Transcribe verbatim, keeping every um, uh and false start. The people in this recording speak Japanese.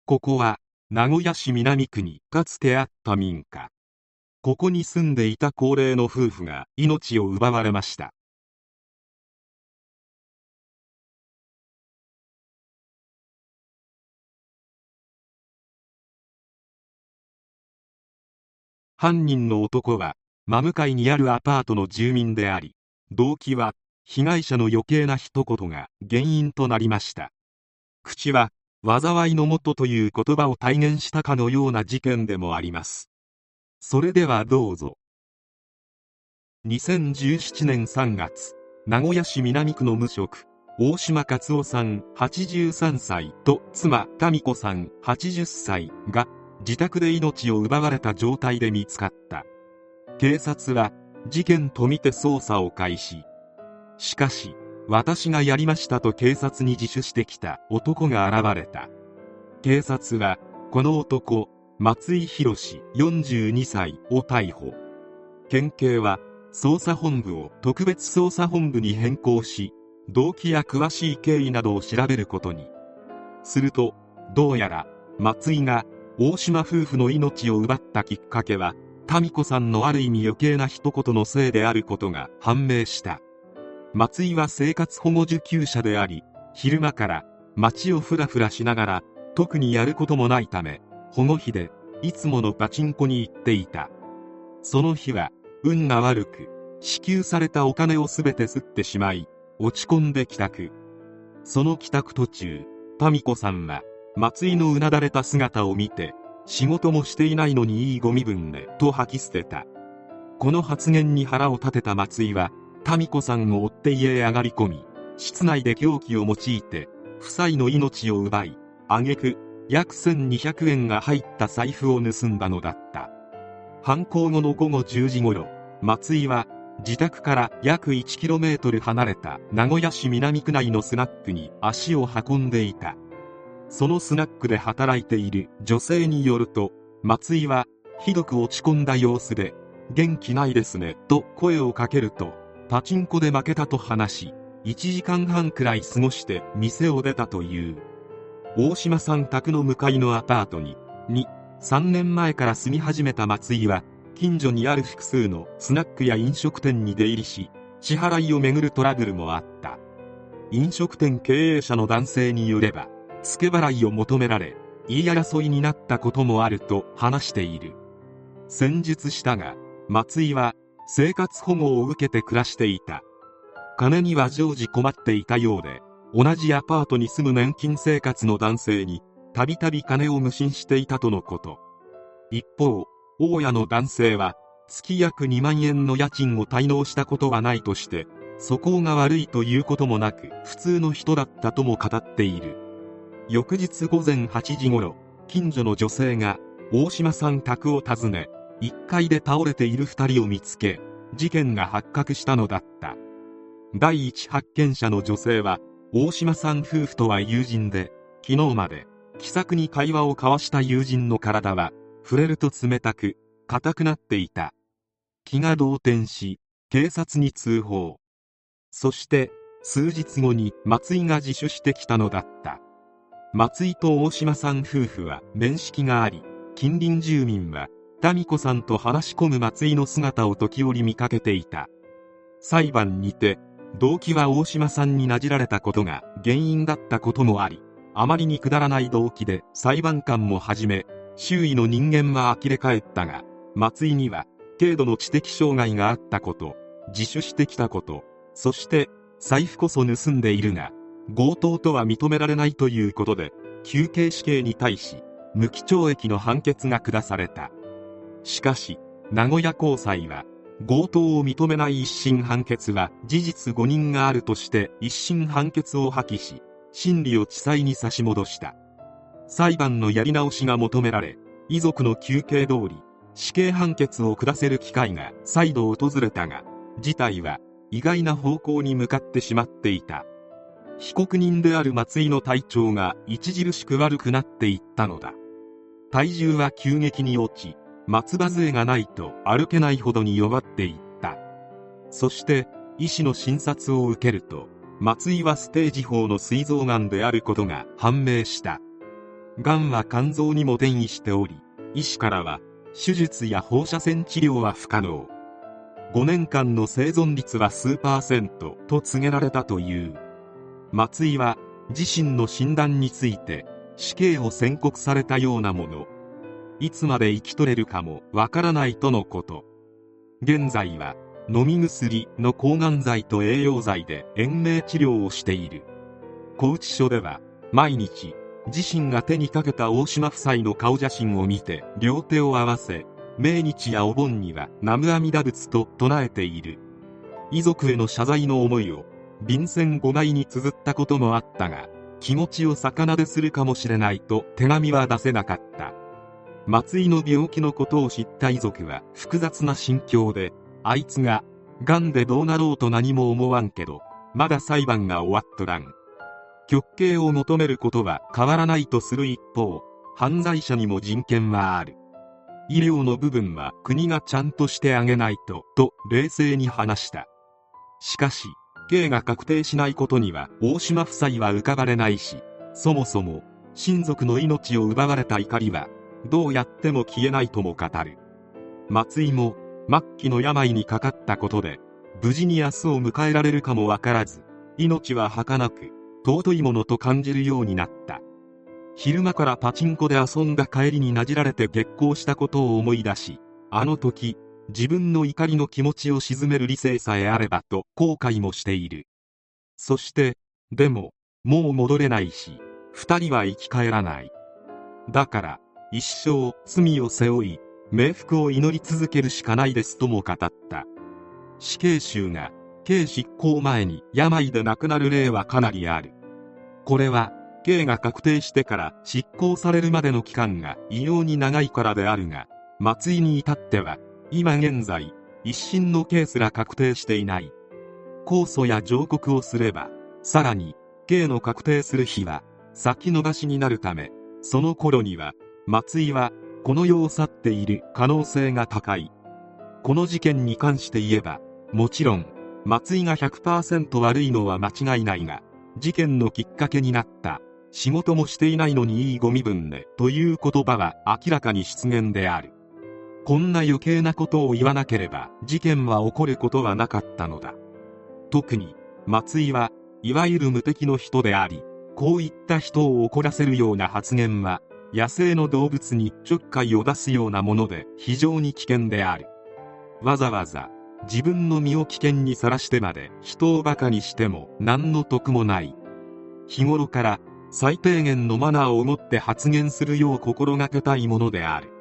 ここは名古屋市南区にかつてあった民家。ここに住んでいた高齢の夫婦が命を奪われました。犯人の男は真向かいにあるアパートの住民であり、動機は被害者の余計な一言が原因となりました。口は災いのもとという言葉を体現したかのような事件でもあります。それではどうぞ。にせんじゅうななねんさんがつ、名古屋市南区の無職大島克夫さんはちじゅうさんさいと妻民子さんはちじゅっさいが自宅で命を奪われた状態で見つかった。警察は事件とみて捜査を開始。しかし私がやりましたと警察に自首してきた男が現れた。警察はこの男松井宏よんじゅうにさいを逮捕。県警は捜査本部を特別捜査本部に変更し、動機や詳しい経緯などを調べることに。するとどうやら松井が大島夫婦の命を奪ったきっかけは民子さんのある意味余計な一言のせいであることが判明した。松井は生活保護受給者であり、昼間から街をふらふらしながら特にやることもないため、保護費でいつものパチンコに行っていた。その日は運が悪く、支給されたお金をすべて吸ってしまい落ち込んで帰宅。その帰宅途中、民子さんは松井のうなだれた姿を見て、仕事もしていないのにいいご身分ねと吐き捨てた。この発言に腹を立てた松井は民子さんを追って家へ上がり込み、室内で凶器を用いて夫妻の命を奪い、挙句約せんにひゃくえんが入った財布を盗んだのだった。犯行後のごごじゅうじごろ、松井は自宅から約 いちキロメートル 離れた名古屋市南区内のスナックに足を運んでいた。そのスナックで働いている女性によると、松井はひどく落ち込んだ様子で、元気ないですねと声をかけると、パチンコで負けたと話し、いちじかんはんくらい過ごして店を出たという。大島さん宅の向かいのアパートにに、さんねんまえから住み始めた松井は、近所にある複数のスナックや飲食店に出入りし、支払いをめぐるトラブルもあった。飲食店経営者の男性によれば、付け払いを求められ言い争いになったこともあると話している。先日したが、松井は生活保護を受けて暮らしていた。金には常時困っていたようで、同じアパートに住む年金生活の男性にたびたび金を無心していたとのこと。一方、大家の男性は月約にまんえんの家賃を滞納したことはないとして、素行が悪いということもなく普通の人だったとも語っている。翌日ごぜんはちじごろ、近所の女性が大島さん宅を訪ね、いっかいで倒れているふたりを見つけ、事件が発覚したのだった。第一発見者の女性は、大島さん夫婦とは友人で、昨日まで気さくに会話を交わした友人の体は触れると冷たく硬くなっていた。気が動転し警察に通報。そして数日後に松井が自首してきたのだった。松井と大島さん夫婦は面識があり、近隣住民は民子さんと話し込む松井の姿を時折見かけていた。裁判にて動機は大島さんになじられたことが原因だったこともあり、あまりにくだらない動機で裁判官もはじめ周囲の人間は呆れ返ったが、松井には軽度の知的障害があったこと、自首してきたこと、そして財布こそ盗んでいるが強盗とは認められないということで、求刑死刑に対し無期懲役の判決が下された。しかし名古屋高裁は、強盗を認めない一審判決は事実誤認があるとして一審判決を破棄し、審理を地裁に差し戻した。裁判のやり直しが求められ、遺族の求刑通り死刑判決を下せる機会が再度訪れたが、事態は意外な方向に向かってしまっていた。被告人である松井の体調が著しく悪くなっていったのだ。体重は急激に落ち、松葉杖がないと歩けないほどに弱っていった。そして医師の診察を受けると、松井はステージよんの膵臓がんであることが判明した。 がんは肝臓にも転移しており、医師からは手術や放射線治療は不可能、ごねんかんの生存率は数パーセントと告げられたという。松井は自身の診断について、死刑を宣告されたようなもの、いつまで生き取れるかもわからないとのこと。現在は飲み薬の抗がん剤と栄養剤で延命治療をしている。拘置所では毎日自身が手にかけた大島夫妻の顔写真を見て両手を合わせ、命日やお盆には南無阿弥陀仏と唱えている。遺族への謝罪の思いを便箋ごまいに綴ったこともあったが、気持ちを逆なでするかもしれないと手紙は出せなかった。松井の病気のことを知った遺族は複雑な心境で、あいつが癌でどうなろうと何も思わんけど、まだ裁判が終わっとらん、極刑を求めることは変わらないとする一方、犯罪者にも人権はある、医療の部分は国がちゃんとしてあげないとと冷静に話した。しかし刑が確定しないことには大島夫妻は浮かばれないし、そもそも親族の命を奪われた怒りはどうやっても消えないとも語る。松井も末期の病にかかったことで無事に明日を迎えられるかもわからず、命は儚く尊いものと感じるようになった。昼間からパチンコで遊んだ帰りになじられて激高したことを思い出し、あの時自分の怒りの気持ちを鎮める理性さえあればと後悔もしている。そしてでももう戻れないし、二人は生き返らない。だから一生罪を背負い冥福を祈り続けるしかないですとも語った。死刑囚が刑執行前に病で亡くなる例はかなりある。これは刑が確定してから執行されるまでの期間が異様に長いからであるが、松井に至っては今現在一審の刑すら確定していない。控訴や上告をすればさらに刑の確定する日は先延ばしになるため、その頃には松井はこの世を去っている可能性が高い。この事件に関して言えば、もちろん松井が ひゃくパーセント 悪いのは間違いないが、事件のきっかけになった仕事もしていないのにいいご身分でという言葉は明らかに失言である。こんな余計なことを言わなければ事件は起こることはなかったのだ。特に松井はいわゆる無敵の人であり、こういった人を怒らせるような発言は野生の動物にちょっかいを出すようなもので非常に危険である。わざわざ自分の身を危険にさらしてまで人をバカにしても何の得もない。日頃から最低限のマナーを持って発言するよう心がけたいものである。